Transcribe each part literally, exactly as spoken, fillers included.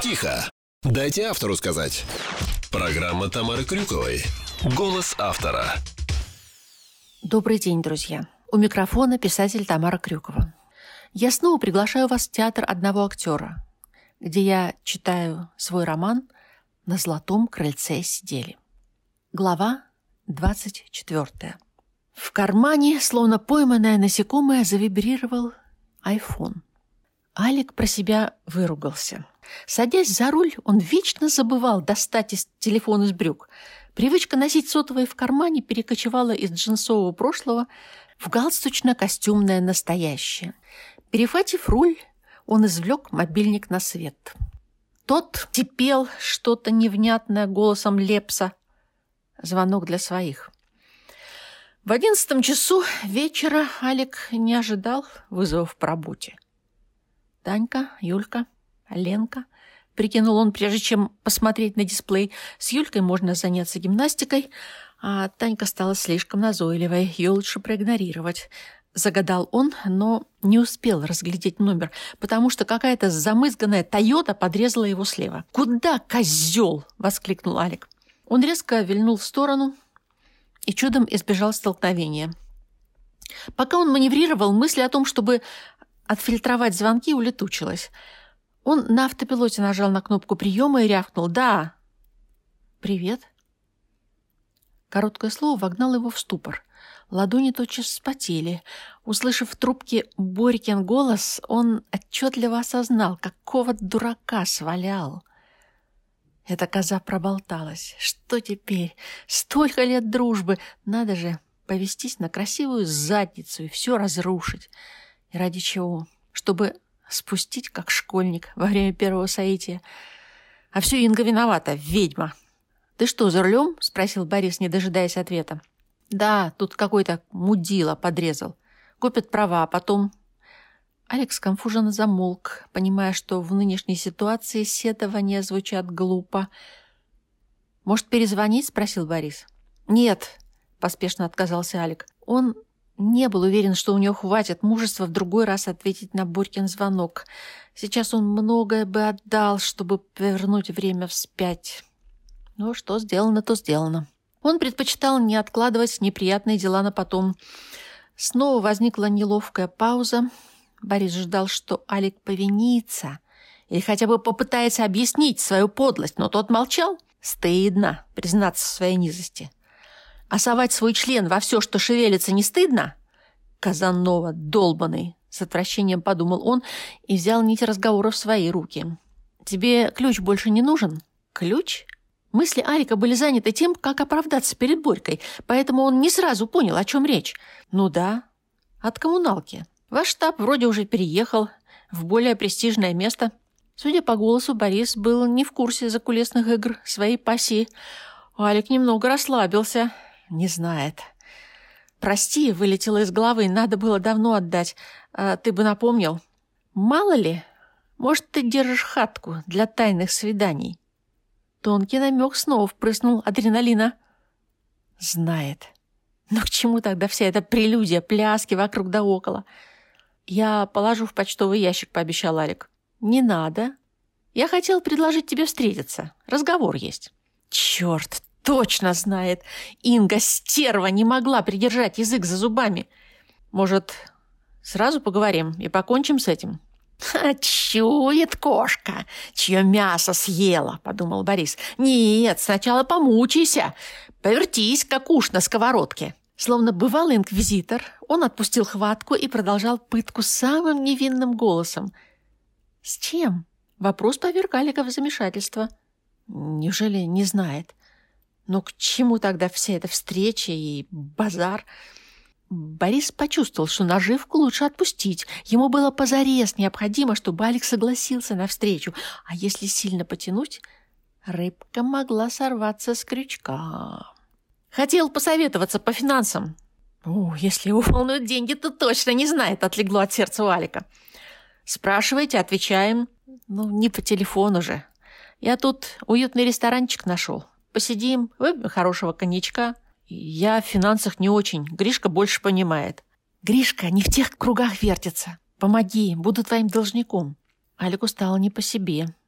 Тихо! Дайте автору сказать. Программа Тамары Крюковой. Голос автора. Добрый день, друзья. У микрофона писатель Тамара Крюкова. Я снова приглашаю вас в театр одного актера, где я читаю свой роман «На золотом крыльце сидели». Глава двадцать четвёртая. В кармане, словно пойманное насекомое, завибрировал айфон. Алик про себя выругался. Садясь за руль, он вечно забывал достать из телефон из брюк. Привычка носить сотовый в кармане перекочевала из джинсового прошлого в галстучно-костюмное настоящее. Перехватив руль, он извлек мобильник на свет. Тот типел что-то невнятное голосом Лепса. Звонок для своих. В одиннадцатом часу вечера Алик не ожидал вызовов по работе. Танька, Юлька, Ленка, прикинул он, прежде чем посмотреть на дисплей. С Юлькой можно заняться гимнастикой, а Танька стала слишком назойливой, ее лучше проигнорировать. Загадал он, но не успел разглядеть номер, потому что какая-то замызганная «Тойота» подрезала его слева. «Куда, козел?» – воскликнул Алик. Он резко вильнул в сторону и чудом избежал столкновения. Пока он маневрировал, мысль о том, чтобы отфильтровать звонки, улетучилась. Он на автопилоте нажал на кнопку приема и рявкнул: «Да». «Привет». Короткое слово вогнало его в ступор. Ладони тотчас вспотели. Услышав в трубке Борькин голос, он отчетливо осознал, какого дурака свалял. Эта коза проболталась. Что теперь? Столько лет дружбы. Надо же повестись на красивую задницу и все разрушить. И ради чего? Чтобы спустить, как школьник, во время первого соития. А все Инга виновата, ведьма. «Ты что, за рулем?» – спросил Борис, не дожидаясь ответа. «Да, тут какой-то мудила подрезал. Купят права, а потом...» Алекс конфуженно замолк, понимая, что в нынешней ситуации сетования звучат глупо. «Может, перезвонить?» – спросил Борис. «Нет», – поспешно отказался Алик. Он не был уверен, что у него хватит мужества в другой раз ответить на Борькин звонок. Сейчас он многое бы отдал, чтобы повернуть время вспять. Но что сделано, то сделано. Он предпочитал не откладывать неприятные дела на потом. Снова возникла неловкая пауза. Борис ждал, что Алик повинится или хотя бы попытается объяснить свою подлость, но тот молчал. Стыдно признаться в своей низости. А совать свой член во все, что шевелится, не стыдно? Казанова долбаный, с отвращением подумал он и взял нить разговора в свои руки. «Тебе ключ больше не нужен?» «Ключ?» Мысли Алика были заняты тем, как оправдаться перед Борькой, поэтому он не сразу понял, о чем речь. «Ну да, от коммуналки. Ваш штаб вроде уже переехал в более престижное место». Судя по голосу, Борис был не в курсе закулисных игр своей пассии. Алик немного расслабился. Не знает. «Прости», — вылетело из головы, надо было давно отдать. А ты бы напомнил. «Мало ли, может, ты держишь хатку для тайных свиданий». Тонкий намек снова впрыснул адреналина. Знает. Но к чему тогда вся эта прелюдия, пляски вокруг да около? «Я положу в почтовый ящик», — пообещал Алик. «Не надо. Я хотел предложить тебе встретиться. Разговор есть». «Черт, точно знает. Инга, стерва, не могла придержать язык за зубами. Может, сразу поговорим и покончим с этим?» «А чует кошка, чье мясо съела», — подумал Борис. «Нет, сначала помучайся, повертись, как уж на сковородке». Словно бывалый инквизитор, он отпустил хватку и продолжал пытку самым невинным голосом. «С чем?» — вопрос поверг Алика в замешательство. Неужели не знает? Но к чему тогда вся эта встреча и базар? Борис почувствовал, что наживку лучше отпустить. Ему было позарез необходимо, чтобы Алик согласился на встречу. А если сильно потянуть, рыбка могла сорваться с крючка. Хотел посоветоваться по финансам. О, если его волнуют деньги, то точно не знает, отлегло от сердца у Алика. Спрашивайте, отвечаем. Ну, не по телефону же. Я тут уютный ресторанчик нашел. Посидим, выпьем хорошего коньячка. Я в финансах не очень. Гришка больше понимает. Гришка не в тех кругах вертится. Помоги, буду твоим должником. Алику стало не по себе.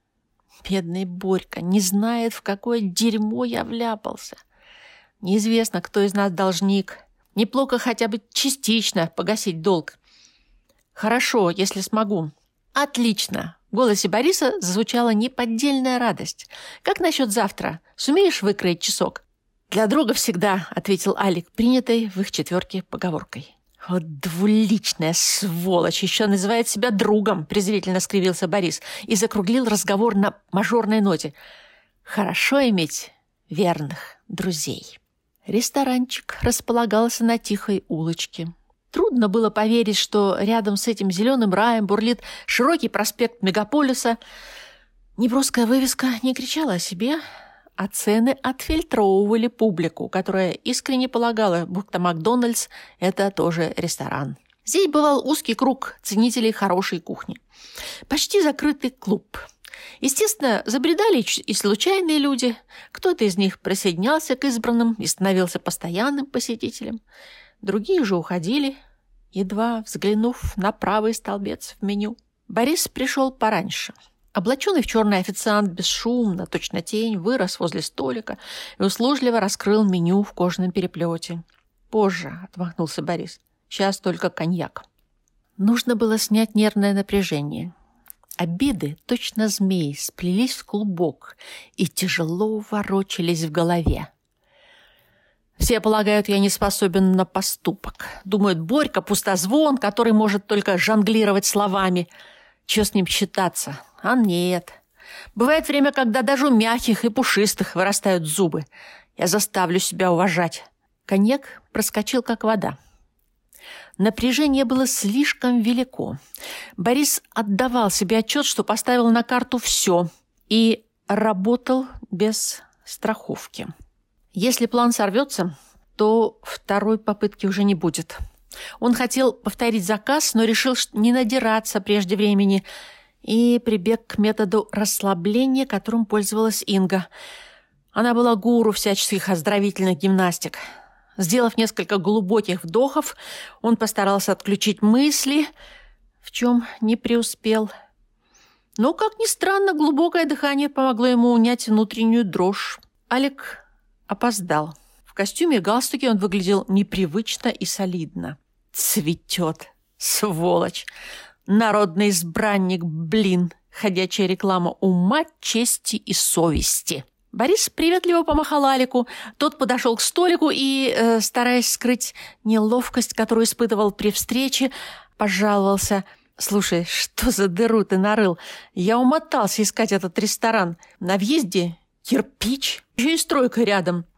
Бедный Борька не знает, в какое дерьмо я вляпался. Неизвестно, кто из нас должник. Неплохо хотя бы частично погасить долг. Хорошо, если смогу. Отлично. В голосе Бориса зазвучала неподдельная радость. Как насчет завтра? Сумеешь выкроить часок? Для друга всегда, ответил Алик, принятой в их четверке поговоркой. Вот двуличная сволочь, еще называет себя другом, презрительно скривился Борис и закруглил разговор на мажорной ноте. Хорошо иметь верных друзей. Ресторанчик располагался на тихой улочке. Трудно было поверить, что рядом с этим зеленым раем бурлит широкий проспект мегаполиса. Неброская вывеска не кричала о себе, а цены отфильтровывали публику, которая искренне полагала, будто Макдональдс – это тоже ресторан. Здесь бывал узкий круг ценителей хорошей кухни. Почти закрытый клуб. Естественно, забредали и случайные люди. Кто-то из них присоединялся к избранным и становился постоянным посетителем. Другие же уходили, едва взглянув на правый столбец в меню. Борис пришел пораньше. Облаченный в черный официант бесшумно, точно тень, вырос возле столика и услужливо раскрыл меню в кожаном переплете. «Позже», — отмахнулся Борис, — «сейчас только коньяк». Нужно было снять нервное напряжение. Обиды, точно змеи, сплелись в клубок и тяжело ворочались в голове. Все полагают, я не способен на поступок. Думают, Борька — пустозвон, который может только жонглировать словами. Чего с ним считаться? А нет. Бывает время, когда даже у мягких и пушистых вырастают зубы. Я заставлю себя уважать. Коньяк проскочил, как вода. Напряжение было слишком велико. Борис отдавал себе отчет, что поставил на карту все и работал без страховки. Если план сорвется, то второй попытки уже не будет. Он хотел повторить заказ, но решил не надираться прежде времени и прибег к методу расслабления, которым пользовалась Инга. Она была гуру всяческих оздоровительных гимнастик. Сделав несколько глубоких вдохов, он постарался отключить мысли, в чем не преуспел. Но, как ни странно, глубокое дыхание помогло ему унять внутреннюю дрожь. Алик опоздал. В костюме и галстуке он выглядел непривычно и солидно. Цветет, сволочь! Народный избранник, блин! Ходячая реклама ума, чести и совести. Борис приветливо помахал Алику. Тот подошел к столику и, э, стараясь скрыть неловкость, которую испытывал при встрече, пожаловался. «Слушай, что за дыру ты нарыл? Я умотался искать этот ресторан. На въезде кирпич, еще и стройка рядом.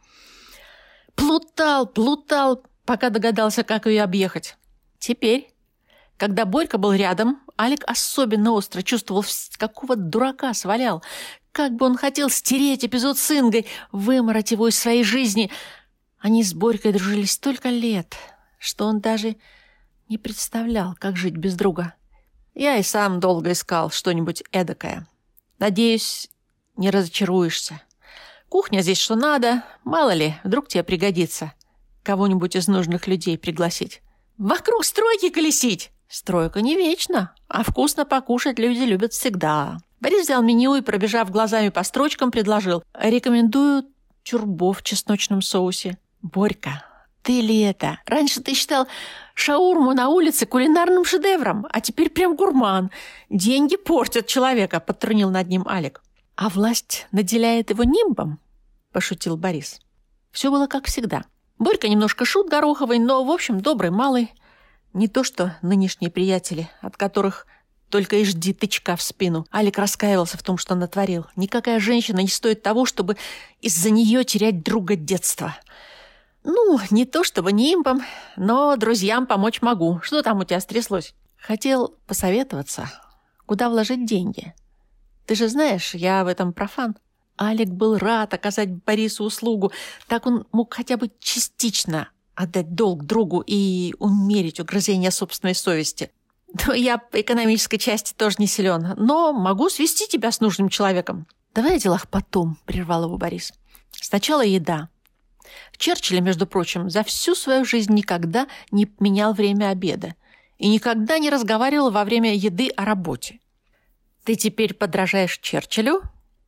Плутал, плутал, пока догадался, как ее объехать. Теперь, когда Борька был рядом, Алик особенно остро чувствовал, какого дурака свалял. Как бы он хотел стереть эпизод с Ингой, вымороть его из своей жизни. Они с Борькой дружили столько лет, что он даже не представлял, как жить без друга. Я и сам долго искал что-нибудь эдакое. Надеюсь, не разочаруешься. Кухня здесь что надо, мало ли, вдруг тебе пригодится кого-нибудь из нужных людей пригласить. Вокруг стройки колесить! Стройка не вечна, а вкусно покушать люди любят всегда. Борис взял меню и, пробежав глазами по строчкам, предложил: «Рекомендую чурбо в чесночном соусе». «Борька, ты ли это? Раньше ты считал шаурму на улице кулинарным шедевром, а теперь прям гурман. Деньги портят человека», — подтрунил над ним Алик. «А власть наделяет его нимбом?» — пошутил Борис. Все было как всегда. Борька немножко шут гороховый, но, в общем, добрый малый. Не то что нынешние приятели, от которых только и жди тычка в спину. Алик раскаивался в том, что натворил. Никакая женщина не стоит того, чтобы из-за нее терять друга детства. Ну, не то чтобы нимбом, но друзьям помочь могу. Что там у тебя стряслось? Хотел посоветоваться, куда вложить деньги. Ты же знаешь, я в этом профан. Алик был рад оказать Борису услугу. Так он мог хотя бы частично отдать долг другу и умерить угрызение собственной совести. Но я по экономической части тоже не силен, но могу свести тебя с нужным человеком. Давай о делах потом, прервал его Борис. Сначала еда. Черчилль, между прочим, за всю свою жизнь никогда не менял время обеда и никогда не разговаривал во время еды о работе. Ты теперь подражаешь Черчиллю?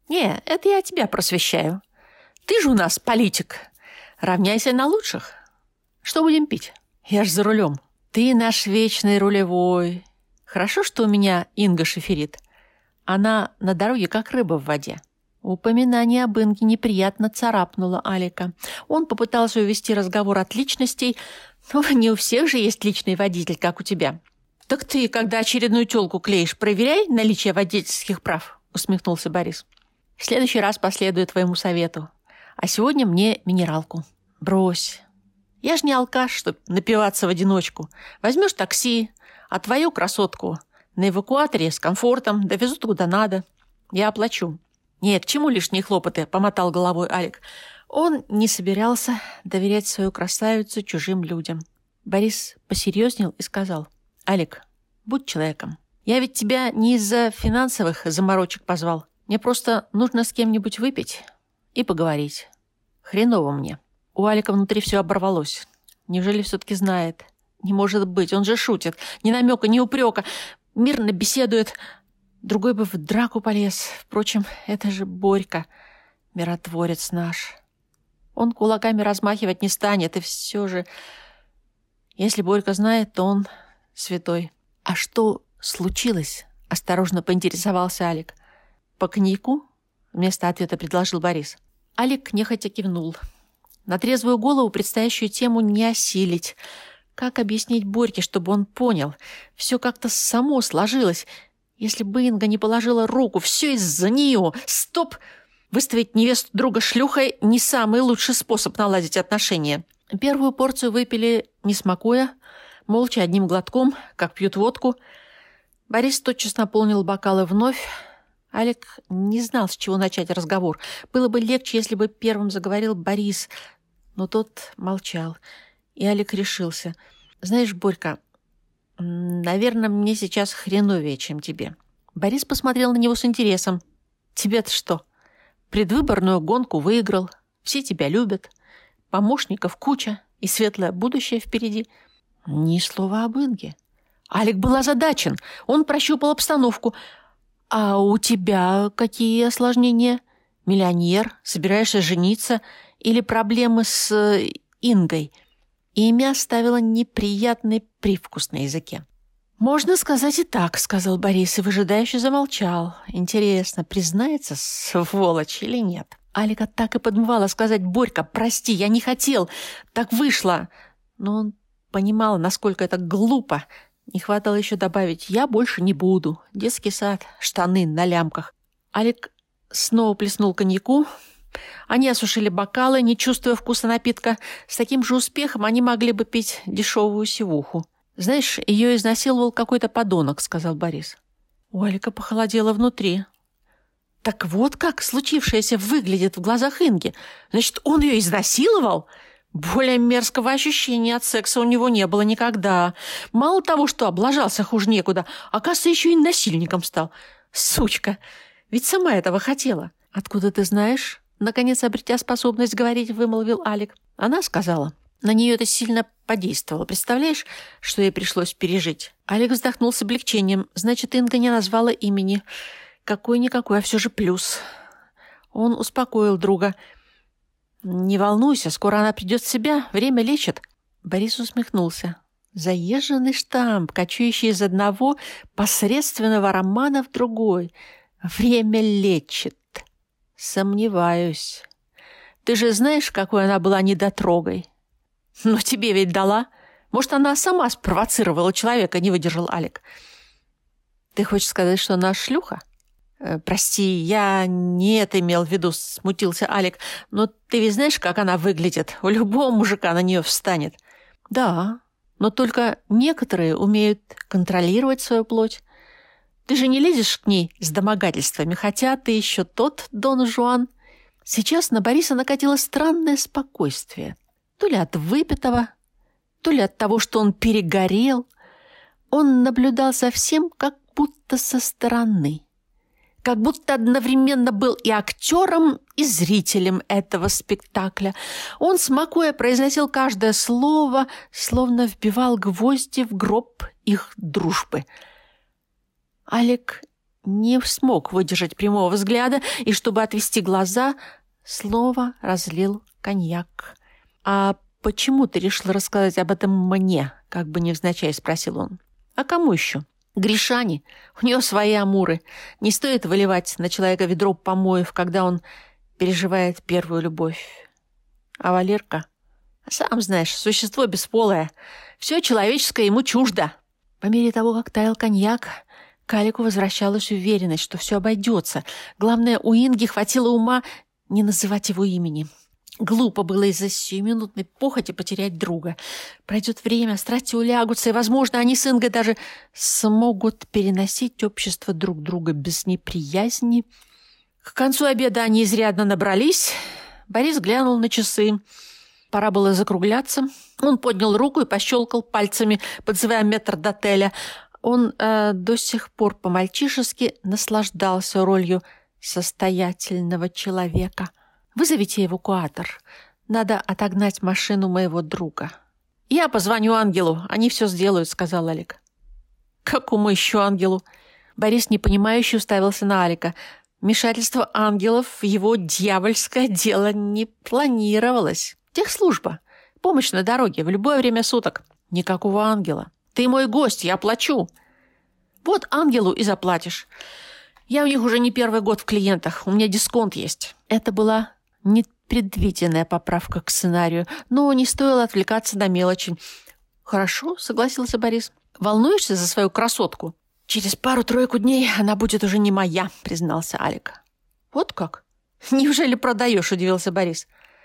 Не, это я тебя просвещаю. Ты же у нас политик. Равняйся на лучших. Что будем пить? Я ж за рулем. Ты наш вечный рулевой. Хорошо, что у меня Инга шоферит. Она на дороге, как рыба в воде. Упоминание об Инге неприятно царапнуло Алика. Он попытался увести разговор от личностей, но не у всех же есть личный водитель, как у тебя. Так ты, когда очередную тёлку клеишь, проверяй наличие водительских прав, усмехнулся Борис. В следующий раз последую твоему совету. А сегодня мне минералку. Брось. Я ж не алкаш, чтоб напиваться в одиночку. Возьмешь такси, а твою красотку на эвакуаторе с комфортом довезут куда надо. Я оплачу. Нет, к чему лишние хлопоты, помотал головой Алик. Он не собирался доверять свою красавицу чужим людям. Борис посерьезнел и сказал: Алик, будь человеком. Я ведь тебя не из-за финансовых заморочек позвал. Мне просто нужно с кем-нибудь выпить и поговорить. Хреново мне. У Алика внутри все оборвалось. Неужели все-таки знает? Не может быть, он же шутит. Ни намека, ни упрека. Мирно беседует. Другой бы в драку полез. Впрочем, это же Борька, миротворец наш. Он кулаками размахивать не станет, и все же... Если Борька знает, то он святой. А что случилось? Осторожно поинтересовался Алик. По коньяку? Вместо ответа предложил Борис. Алик нехотя кивнул. На трезвую голову предстоящую тему не осилить. Как объяснить Борьке, чтобы он понял? Все как-то само сложилось. Если бы Инга не положила руку, все из-за нее. Стоп! Выставить невесту друга шлюхой не самый лучший способ наладить отношения. Первую порцию выпили, не смакуя, молча одним глотком, как пьют водку. Борис тотчас наполнил бокалы вновь. Алик не знал, с чего начать разговор. Было бы легче, если бы первым заговорил Борис, но тот молчал. И Алик решился. «Знаешь, Борька, наверное, мне сейчас хреновее, чем тебе». Борис посмотрел на него с интересом. «Тебе-то что? Предвыборную гонку выиграл, все тебя любят, помощников куча и светлое будущее впереди». Ни слова об Инге. Алик был озадачен. Он прощупал обстановку. «А у тебя какие осложнения? Миллионер? Собираешься жениться? Или проблемы с Ингой?» Имя оставило неприятный привкус на языке. «Можно сказать и так», — сказал Борис, и выжидающе замолчал. Интересно, признается сволочь или нет? Алика так и подмывала сказать: «Борька, прости, я не хотел, так вышло». Но он понимал, насколько это глупо. Не хватало еще добавить: «Я больше не буду». Детский сад, штаны на лямках. Алик снова плеснул коньяку. Они осушили бокалы, не чувствуя вкуса напитка. С таким же успехом они могли бы пить дешевую сивуху. «Знаешь, ее изнасиловал какой-то подонок», — сказал Борис. У Алика похолодело внутри. Так вот как случившееся выглядит в глазах Инги. Значит, он ее изнасиловал? Более мерзкого ощущения от секса у него не было никогда. Мало того, что облажался хуже некуда, оказывается, еще и насильником стал. Сучка! Ведь сама этого хотела. «Откуда ты знаешь?» Наконец, обретя способность говорить, вымолвил Алик. Она сказала. На нее это сильно подействовало. Представляешь, что ей пришлось пережить? Алик вздохнул с облегчением. Значит, Инга не назвала имени. Какой-никакой, а все же плюс. Он успокоил друга. «Не волнуйся, скоро она придет в себя, время лечит». Борис усмехнулся. Заезженный штамп, кочующий из одного посредственного романа в другой. Время лечит. Сомневаюсь. Ты же знаешь, какой она была недотрогой? Но тебе ведь дала. Может, она сама спровоцировала человека, не выдержал Алик. Ты хочешь сказать, что она шлюха? «Прости, я не это имел в виду», — смутился Алик. «Но ты ведь знаешь, как она выглядит? У любого мужика на нее встанет». «Да, но только некоторые умеют контролировать свою плоть. Ты же не лезешь к ней с домогательствами, хотя ты еще тот Дон Жуан». Сейчас на Бориса накатило странное спокойствие. То ли от выпитого, то ли от того, что он перегорел. Он наблюдал за всем как будто со стороны. Как будто одновременно был и актером, и зрителем этого спектакля. Он, смакуя, произносил каждое слово, словно вбивал гвозди в гроб их дружбы. Алик не смог выдержать прямого взгляда и, чтобы отвести глаза, снова разлил коньяк. «А почему ты решил рассказать об этом мне?» — как бы невзначай спросил он. «А кому еще? Гришане. У нее свои амуры. Не стоит выливать на человека ведро помоев, когда он переживает первую любовь. А Валерка, сам знаешь, существо бесполое. Все человеческое ему чуждо». По мере того, как таял коньяк, к Алику возвращалась уверенность, что все обойдется. Главное, у Инги хватило ума не называть его имени. Глупо было из-за сиюминутной похоти потерять друга. Пройдет время, страсти улягутся, и, возможно, они с Ингой даже смогут переносить общество друг друга без неприязни. К концу обеда они изрядно набрались. Борис глянул на часы. Пора было закругляться. Он поднял руку и пощелкал пальцами, подзывая метрдотеля. Он э, до сих пор по-мальчишески наслаждался ролью состоятельного человека. «Вызовите эвакуатор. Надо отогнать машину моего друга». «Я позвоню ангелу, они все сделают», — сказал Алик. «Какому еще ангелу?» Борис непонимающе уставился на Алика. Вмешательство ангелов в его дьявольское дело не планировалось. Техслужба. Помощь на дороге в любое время суток. Никакого ангела. Ты мой гость, я плачу. Вот ангелу и заплатишь. Я у них уже не первый год в клиентах. У меня дисконт есть. Это была непредвиденная поправка к сценарию, но не стоило отвлекаться на мелочи. «Хорошо», — согласился Борис. «Волнуешься за свою красотку?» «Через пару-тройку дней она будет уже не моя», — признался Алик. «Вот как? Неужели продаешь?» — удивился Борис.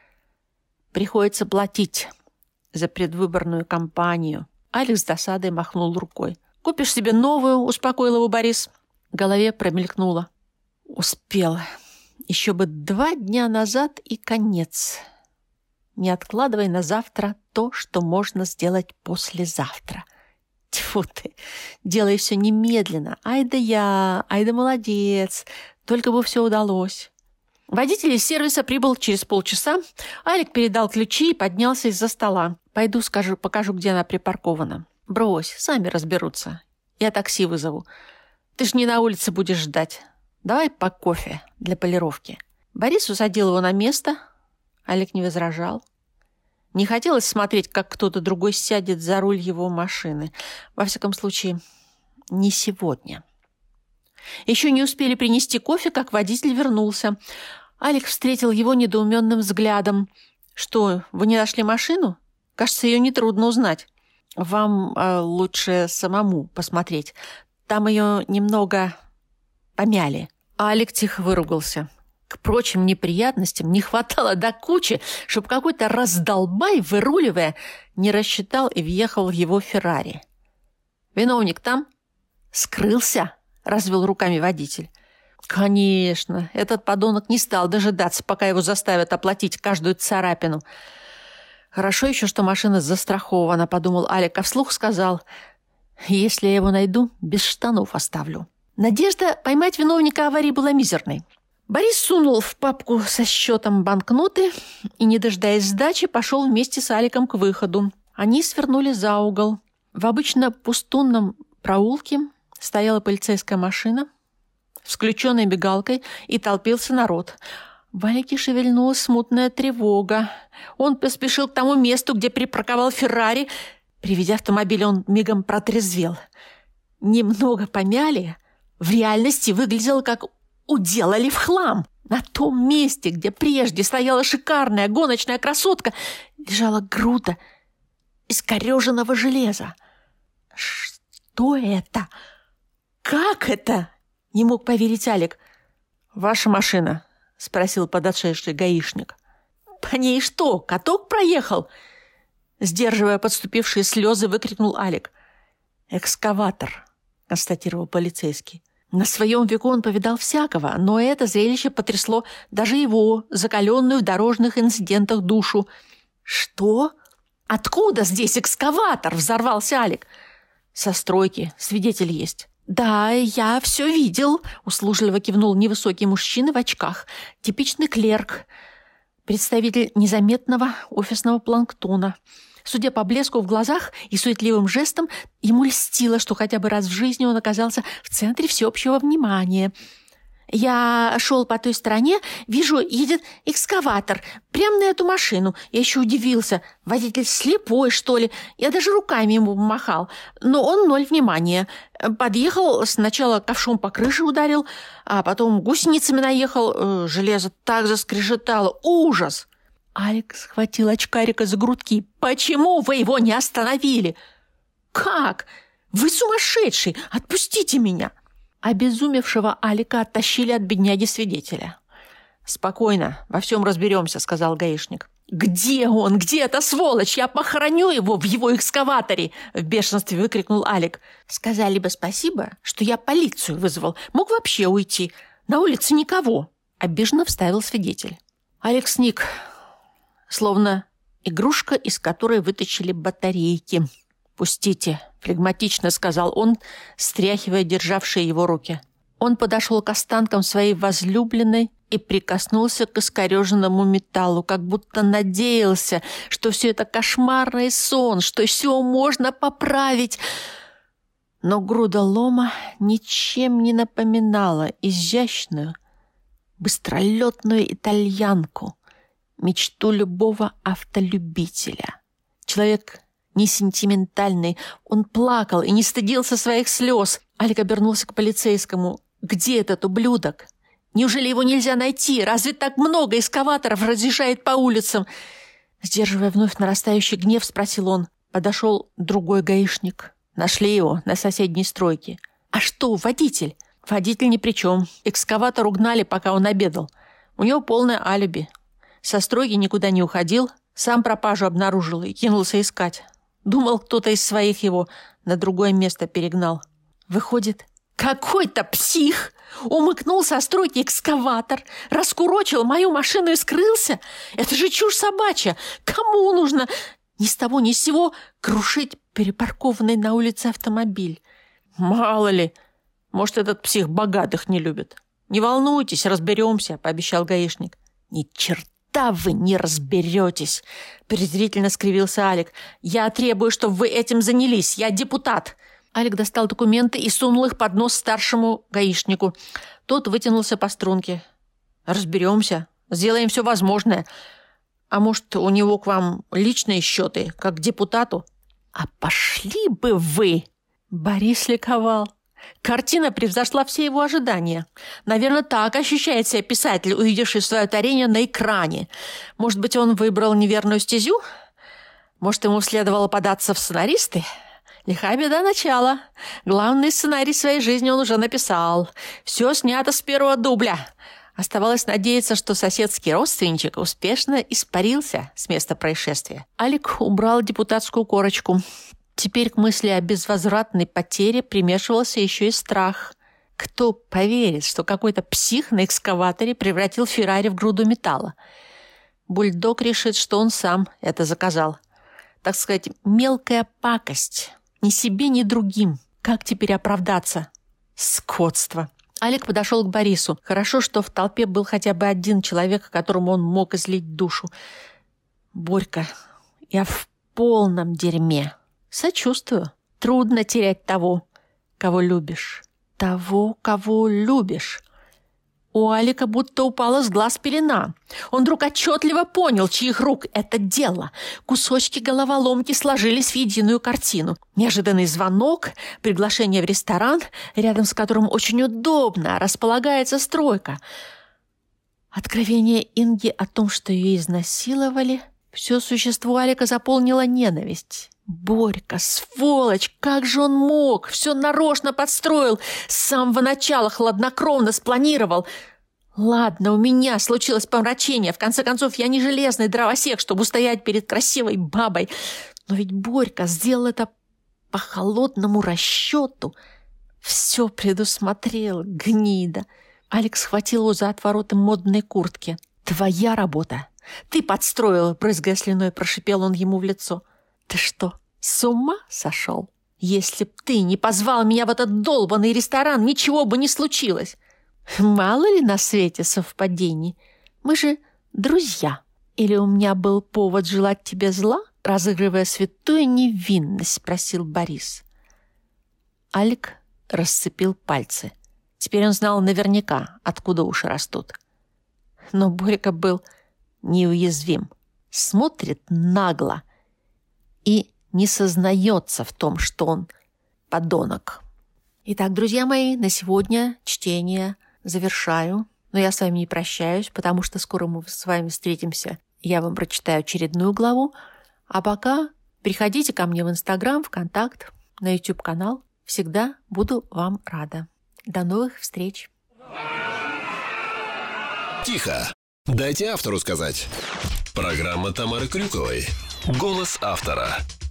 «Приходится платить за предвыборную кампанию». Алик с досадой махнул рукой. «Купишь себе новую», — успокоил его Борис. В голове промелькнуло. «Успела. Еще бы два дня назад и конец. Не откладывай на завтра то, что можно сделать послезавтра. Тьфу ты, делай все немедленно. Ай да я, ай да молодец. Только бы все удалось». Водитель из сервиса прибыл через полчаса. Алик передал ключи и поднялся из-за стола. «Пойду скажу, покажу, где она припаркована». «Брось, сами разберутся. Я такси вызову. Ты ж не на улице будешь ждать. Давай по кофе для полировки». Борис усадил его на место. Алик не возражал. Не хотелось смотреть, как кто-то другой сядет за руль его машины. Во всяком случае, не сегодня. Еще не успели принести кофе, как водитель вернулся. Алик встретил его недоуменным взглядом. «Что, вы не нашли машину? Кажется, ее нетрудно узнать. Вам э, лучше самому посмотреть. Там ее немного помяли». Алик тихо выругался. К прочим неприятностям не хватало до кучи, чтобы какой-то раздолбай, выруливая, не рассчитал и въехал в его Феррари. «Виновник там?» «Скрылся?» — развел руками водитель. Конечно, этот подонок не стал дожидаться, пока его заставят оплатить каждую царапину. «Хорошо еще, что машина застрахована», — подумал Алик, а вслух сказал: «Если я его найду, без штанов оставлю». Надежда поймать виновника аварии была мизерной. Борис сунул в папку со счетом банкноты и, не дожидаясь сдачи, пошел вместе с Аликом к выходу. Они свернули за угол. В обычно пустынном проулке стояла полицейская машина с включенной мигалкой, и толпился народ. В Алике шевельнулась смутная тревога. Он поспешил к тому месту, где припарковал Феррари. Приведя автомобиль, он мигом протрезвел. Немного помяли. В реальности выглядело, как уделали в хлам. На том месте, где прежде стояла шикарная гоночная красотка, лежала груда искореженного железа. Что это? Как это? Не мог поверить Алик. «Ваша машина?» — спросил подошедший гаишник. «По ней что, каток проехал?» Сдерживая подступившие слезы, выкрикнул Алик. «Экскаватор», — констатировал полицейский. На своем веку он повидал всякого, но это зрелище потрясло даже его, закаленную в дорожных инцидентах душу. «Что? Откуда здесь экскаватор?» — взорвался Алик. «Со стройки. Свидетель есть». «Да, я все видел», — услужливо кивнул невысокий мужчина в очках. Типичный клерк, представитель незаметного офисного планктона. Судя по блеску в глазах и суетливым жестам, ему льстило, что хотя бы раз в жизни он оказался в центре всеобщего внимания. «Я шел по той стороне, вижу, едет экскаватор прямо на эту машину. Я еще удивился. Водитель слепой, что ли? Я даже руками ему помахал. Но он ноль внимания. Подъехал, сначала ковшом по крыше ударил, а потом гусеницами наехал. Железо так заскрежетало. Ужас!» Алик схватил очкарика за грудки. «Почему вы его не остановили?» «Как? Вы сумасшедший! Отпустите меня!» Обезумевшего Алика оттащили от бедняги-свидетеля. «Спокойно, во всем разберемся», — сказал гаишник. «Где он? Где эта сволочь? Я похороню его в его экскаваторе!» — в бешенстве выкрикнул Алик. «Сказали бы спасибо, что я полицию вызвал. Мог вообще уйти. На улице никого!» — обиженно вставил свидетель. Алик сник, словно игрушка, из которой вытащили батарейки. «Пустите», — флегматично сказал он, стряхивая державшие его руки. Он подошел к останкам своей возлюбленной и прикоснулся к искореженному металлу, как будто надеялся, что все это кошмарный сон, что все можно поправить. Но груда лома ничем не напоминала изящную, быстролетную итальянку, мечту любого автолюбителя. Человек не сентиментальный, он плакал и не стыдился своих слез. Алик обернулся к полицейскому. «Где этот ублюдок? Неужели его нельзя найти? Разве так много экскаваторов разъезжает по улицам?» Сдерживая вновь нарастающий гнев, спросил он. Подошел другой гаишник. Нашли его на соседней стройке. «А что, водитель?» «Водитель ни при чем. Экскаватор угнали, пока он обедал. У него полное алиби. Со стройки никуда не уходил, сам пропажу обнаружил и кинулся искать. Думал, кто-то из своих его на другое место перегнал. Выходит, какой-то псих умыкнул со стройки экскаватор, раскурочил мою машину и скрылся. Это же чушь собачья. Кому нужно ни с того ни с сего крушить перепаркованный на улице автомобиль? Мало ли, может, этот псих богатых не любит. Не волнуйтесь, разберемся, пообещал гаишник. Ни черта. «Да вы не разберетесь!» – презрительно скривился Алик. «Я требую, чтобы вы этим занялись. Я депутат!» Алик достал документы и сунул их под нос старшему гаишнику. Тот вытянулся по струнке. «Разберемся. Сделаем все возможное. А может, у него к вам личные счеты, как к депутату?» «А пошли бы вы!» Борис ликовал. Картина превзошла все его ожидания. Наверное, так ощущает себя писатель, увидевший свое творение на экране. Может быть, он выбрал неверную стезю? Может, ему следовало податься в сценаристы? Лихая беда начала. Главный сценарий своей жизни он уже написал. Все снято с первого дубля. Оставалось надеяться, что соседский родственничек успешно испарился с места происшествия. Алик убрал депутатскую корочку. Теперь к мысли о безвозвратной потере примешивался еще и страх. Кто поверит, что какой-то псих на экскаваторе превратил Феррари в груду металла? Бульдог решит, что он сам это заказал. Так сказать, мелкая пакость. Ни себе, ни другим. Как теперь оправдаться? Скотство. Алик подошел к Борису. Хорошо, что в толпе был хотя бы один человек, которому он мог излить душу. «Борька, я в полном дерьме. Сочувствую. Трудно терять того, кого любишь. Того, кого любишь». У Алика будто упала с глаз пелена. Он вдруг отчетливо понял, чьих рук это дело. Кусочки головоломки сложились в единую картину. Неожиданный звонок, приглашение в ресторан, рядом с которым очень удобно располагается стройка. Откровение Инги о том, что ее изнасиловали, все существо Алика заполнила ненависть. Борька, сволочь, как же он мог? Все нарочно подстроил, с самого начала хладнокровно спланировал. Ладно, у меня случилось помрачение. В конце концов, я не железный дровосек, чтобы устоять перед красивой бабой. Но ведь Борька сделал это по холодному расчету. Все предусмотрел, гнида. Алекс схватил его за отвороты модной куртки. «Твоя работа. Ты подстроил», — брызгая слюной, прошипел он ему в лицо. «Ты что, с ума сошел? Если б ты не позвал меня в этот долбанный ресторан, ничего бы не случилось. Мало ли на свете совпадений. Мы же друзья. Или у меня был повод желать тебе зла?» разыгрывая святую невинность?» — спросил Борис. Алик расцепил пальцы. Теперь он знал наверняка, откуда уши растут. Но Борька был неуязвим, смотрит нагло и не сознается в том, что он подонок. Итак, друзья мои, на сегодня чтение завершаю. Но я с вами не прощаюсь, потому что скоро мы с вами встретимся. Я вам прочитаю очередную главу. А пока приходите ко мне в Инстаграм, ВКонтакт, на Ютуб-канал. Всегда буду вам рада. До новых встреч. Тихо. Дайте автору сказать. Программа Тамары Крюковой. Голос автора.